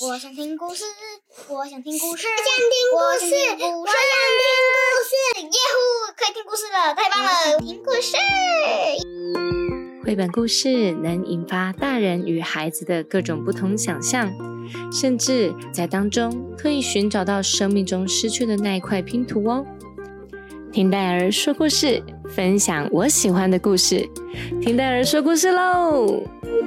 我想听故事，我想听故事， 我想听故事，我想听故事， 耶呼，可以听故事了，太棒了！听故事。 绘本故事能引发大人与孩子的各种不同想象，甚至在当中可以寻找到生命中失去的那一块拼图哦。听戴儿说故事，分享我喜欢的故事。听戴儿说故事喽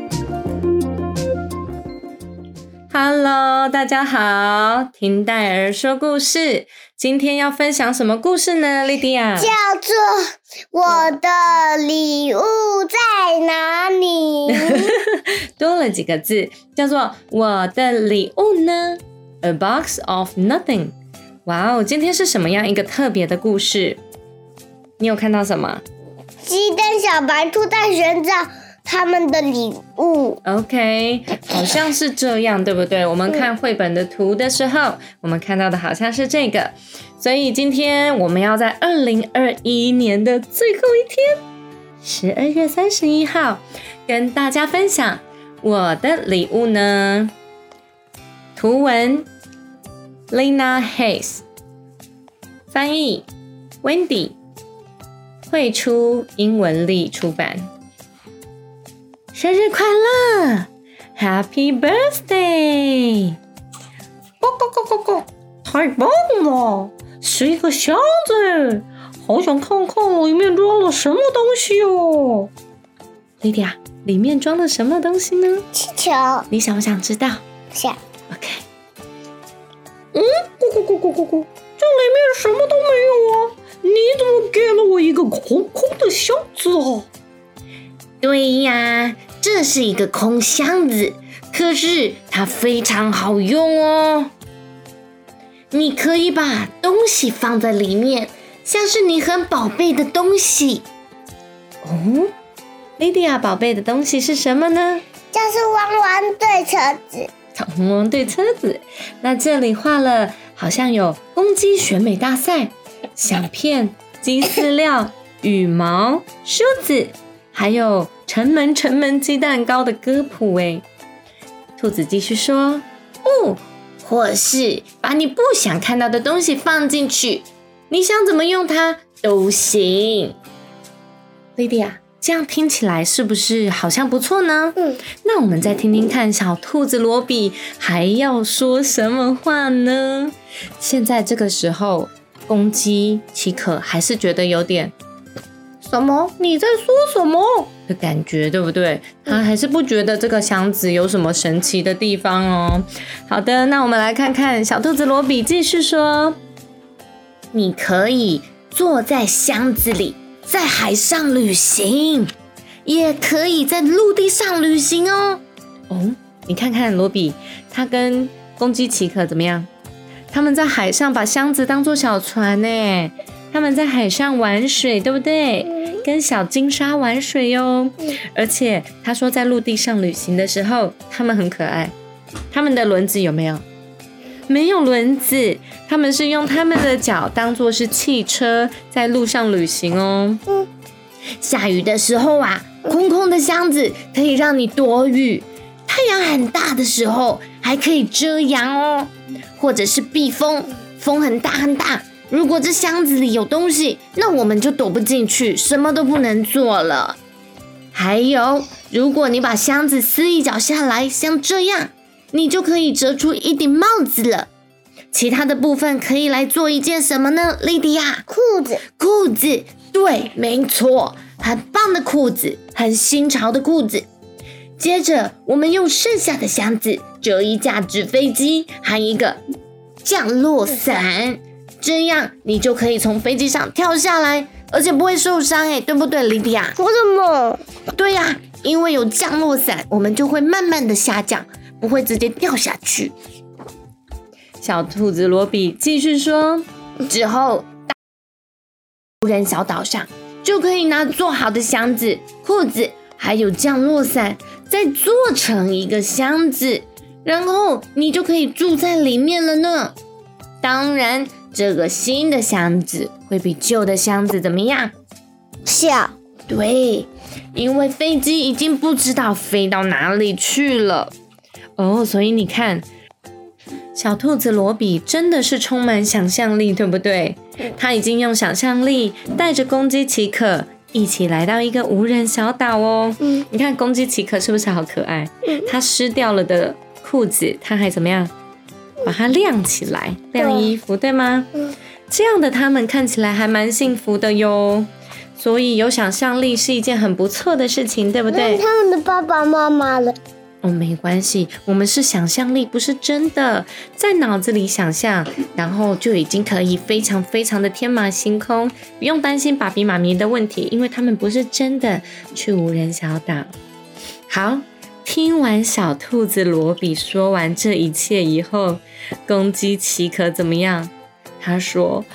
！Hello， 大家好，听戴儿说故事。今天要分享什么故事呢，莉迪亚？ 叫做我的礼物在哪里？ 多了几个字，叫做我的礼物呢 ？A box of nothing。哇哦，今天是什么样一个特别的故事？你有看到什么？ 鸡跟小白兔在寻找他们的礼物。 OK， 好像是这样，对不对？我们看绘本的图的时候，我们看到的好像是这个。所以今天我们要在2021年的最后一天，12月31号，跟大家分享我的礼物呢。图文 Lena Hayes， 翻译 Wendy， 绘出英文力出版。生日快乐 Happy Birthday！ 太棒了，是一个箱子，好想看看里面装了什么东西哦。 莉迪亚，里面装了什么东西呢？ 气球。 你想不想知道？ 想。 OK。 咕，这里面什么都没有啊！你怎么给了我一个空空的箱子啊？ 对呀，这是一个空箱子，可是它非常好用哦。你可以把东西放在里面，像是你很宝贝的东西。 哦，莉迪亚宝贝的东西是什么呢？ 就是汪汪队车子。 汪汪队车子。那这里画了，好像有公鸡选美大赛、响片、鸡饲料、羽毛、梳子，还有城门鸡蛋糕的歌谱诶。兔子继续说， 或是把你不想看到的东西放进去，你想怎么用它都行。 莉迪亚，这样听起来是不是好像不错呢？那我们再听听看小兔子罗比还要说什么话呢？现在这个时候，公鸡奇可还是觉得有点什么？你在说什么的感觉，对不对？他还是不觉得这个箱子有什么神奇的地方哦。好的，那我们来看看小兔子罗比继续说， 你可以坐在箱子里，在海上旅行，也可以在陆地上旅行哦。 你看看罗比，他跟公鸡奇可怎么样？他们在海上把箱子当作小船呢，他们在海上玩水，对不对？跟小金鲨玩水哟。而且他说在陆地上旅行的时候，他们很可爱。他们的轮子有没有？没有轮子，他们是用他们的脚当作是汽车，在路上旅行哦。 下雨的时候啊，空空的箱子可以让你躲雨；太阳很大的时候，还可以遮阳哦，或者是避风，风很大很大。如果这箱子里有东西，那我们就躲不进去，什么都不能做了。还有，如果你把箱子撕一角下来，像这样，你就可以折出一顶帽子了。其他的部分可以来做一件什么呢，莉迪亚？裤子，对，没错，很棒的裤子，很新潮的裤子。接着，我们用剩下的箱子折一架纸飞机和一个降落伞。这样你就可以从飞机上跳下来，而且不会受伤诶，对不对，莉迪亚？ 为什么？ 对呀，因为有降落伞，我们就会慢慢的下降，不会直接掉下去。 小兔子罗比继续说， 之后无人小岛上就可以拿做好的箱子、裤子还有降落伞，再做成一个箱子，然后你就可以住在里面了呢。当然，这个新的箱子会比旧的箱子怎么样？ 小。 对，因为飞机已经不知道飞到哪里去了。 所以你看， 小兔子罗比真的是充满想象力，对不对？他已经用想象力带着公鸡奇可一起来到一个无人小岛哦。你看公鸡奇可是不是好可爱？他湿掉了的裤子，他还怎么样？把它晾起来，晾衣服，对吗？这样的他们看起来还蛮幸福的哟。所以有想象力是一件很不错的事情，对不对？ 那他们的爸爸妈妈了。 没关系，我们是想象力，不是真的，在脑子里想象，然后就已经可以非常非常的天马行空，不用担心爸比妈咪的问题，因为他们不是真的去无人小岛。好，听完小兔子罗比说完这一切以后，公鸡奇可怎么样？他说：“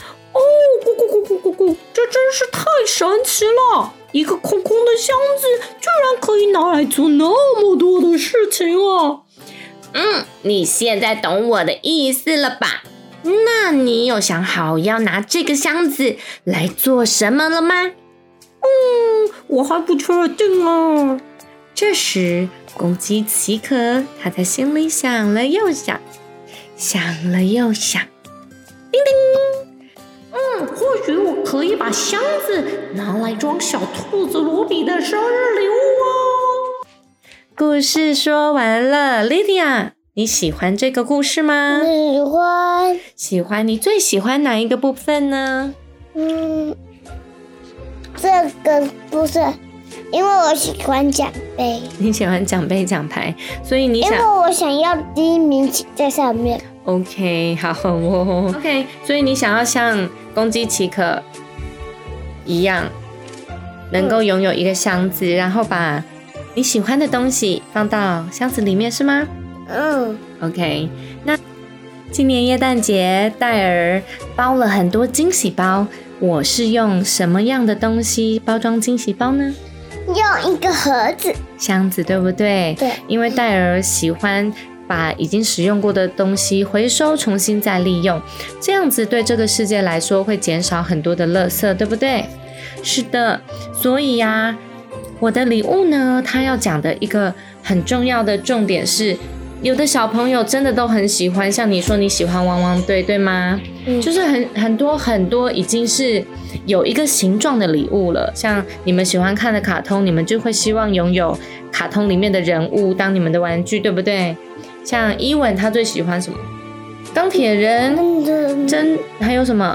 这真是太神奇了！一个空空的箱子，居然可以拿来做那么多的事情啊！” 你现在懂我的意思了吧？那你有想好要拿这个箱子来做什么了吗？ 我还不确定啊。 这时，公鸡奇可他在心里想了又想，想了又想，叮叮。 或许我可以把箱子拿来装小兔子罗比的生日礼物哦。 故事说完了 ，Lydia， 你喜欢这个故事吗？ 喜欢。 喜欢，你最喜欢哪一个部分呢？ 这个不是，因为我喜欢奖杯。 你喜欢奖杯奖牌，所以你想， 因为我想要第一名在上面。 OK， 好哦。OK， 所以你想要像公鸡奇可一样，能够拥有一个箱子，然后把你喜欢的东西放到箱子里面，是吗？OK， 那今年耶诞节，戴尔包了很多惊喜包。我是用什么样的东西包装惊喜包呢？ 用一个盒子， 箱子，对不对？ 对， 因为戴尔喜欢把已经使用过的东西回收，重新再利用，这样子对这个世界来说会减少很多的垃圾，对不对？是的，所以呀，我的礼物呢，它要讲的一个很重要的重点是，有的小朋友真的都很喜欢，像你说你喜欢汪汪队，对吗？就是很多已经是有一个形状的礼物了，像你们喜欢看的卡通，你们就会希望拥有卡通里面的人物当你们的玩具，对不对？像伊文他最喜欢什么？钢铁人、还有什么？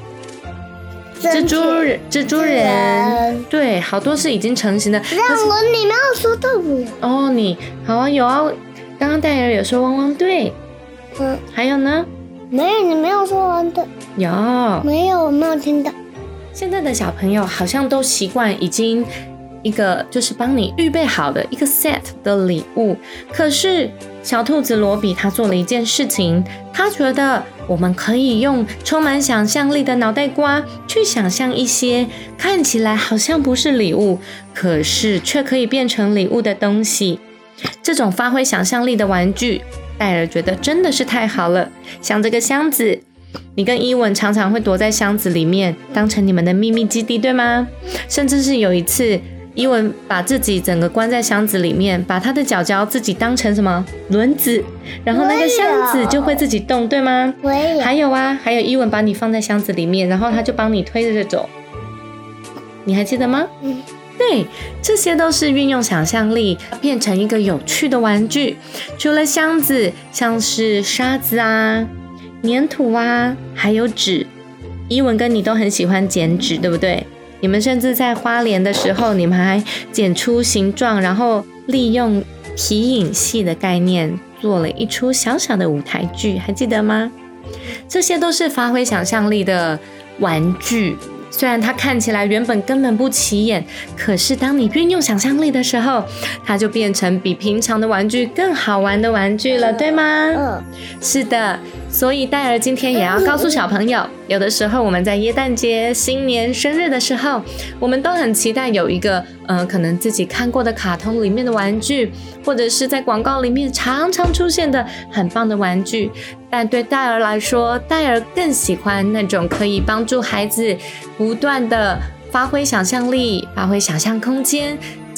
蜘蛛人，对，好多是已经成型的。 你没有说到我哦，你好啊，有啊，刚刚戴尔有说汪汪队，还有呢？ 没有，你没有说完的。 有， 没有，我没有听到。 现在的小朋友好像都习惯已经一个就是帮你预备好的一个 set 的礼物，可是小兔子罗比他做了一件事情，他觉得我们可以用充满想象力的脑袋瓜去想象一些看起来好像不是礼物，可是却可以变成礼物的东西。这种发挥想象力的玩具，戴尔觉得真的是太好了。像这个箱子，你跟伊文常常会躲在箱子里面，当成你们的秘密基地，对吗？甚至是有一次，伊文把自己整个关在箱子里面，把他的脚脚自己当成什么轮子，然后那个箱子就会自己动，对吗？还有啊，还有伊文把你放在箱子里面，然后他就帮你推着走，你还记得吗？对，这些都是运用想象力变成一个有趣的玩具。除了箱子，像是沙子啊、粘土啊，还有纸。伊文跟你都很喜欢剪纸，对不对？你们甚至在花莲的时候，你们还剪出形状，然后利用皮影戏的概念做了一出小小的舞台剧，还记得吗？这些都是发挥想象力的玩具。虽然它看起来原本根本不起眼，可是当你运用想象力的时候，它就变成比平常的玩具更好玩的玩具了，对吗？是的，所以戴尔今天也要告诉小朋友，有的时候我们在耶诞节、新年、生日的时候，我们都很期待有一个可能自己看过的卡通里面的玩具，或者是在广告里面常常出现的很棒的玩具。但对戴尔来说，戴尔更喜欢那种可以帮助孩子不断的发挥想象力、发挥想象空间，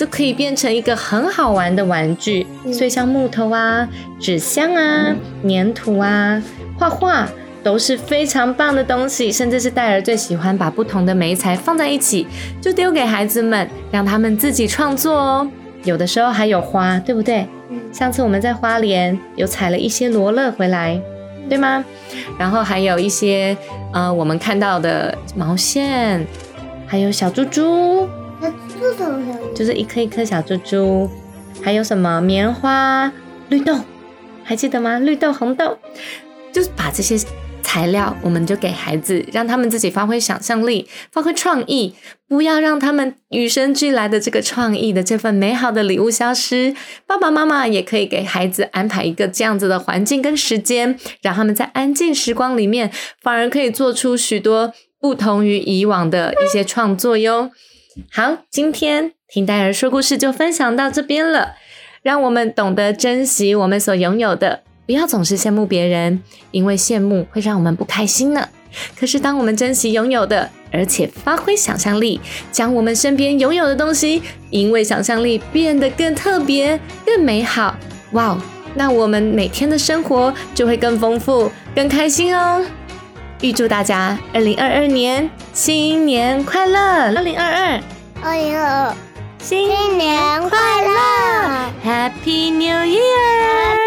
就可以变成一个很好玩的玩具。所以像木头啊、纸箱啊、粘土啊、画画都是非常棒的东西，甚至是戴尔最喜欢把不同的媒材放在一起，就丢给孩子们，让他们自己创作哦。有的时候还有花，对不对？上次我们在花莲有采了一些罗勒回来，对吗？然后还有一些我们看到的毛线，还有小猪猪，就是一颗一颗小猪猪，还有什么棉花、绿豆，还记得吗？绿豆、红豆，就是把这些材料我们就给孩子，让他们自己发挥想象力，发挥创意，不要让他们与生俱来的这个创意的这份美好的礼物消失。爸爸妈妈也可以给孩子安排一个这样子的环境跟时间，让他们在安静时光里面反而可以做出许多不同于以往的一些创作哟。好，今天听戴尔说故事就分享到这边了，让我们懂得珍惜我们所拥有的，不要总是羡慕别人，因为羡慕会让我们不开心呢。可是当我们珍惜拥有的，而且发挥想象力，将我们身边拥有的东西因为想象力变得更特别、更美好，哇，那我们每天的生活就会更丰富、更开心哦。预祝大家2022年新年快乐！2022新年快乐 ！Happy New Year！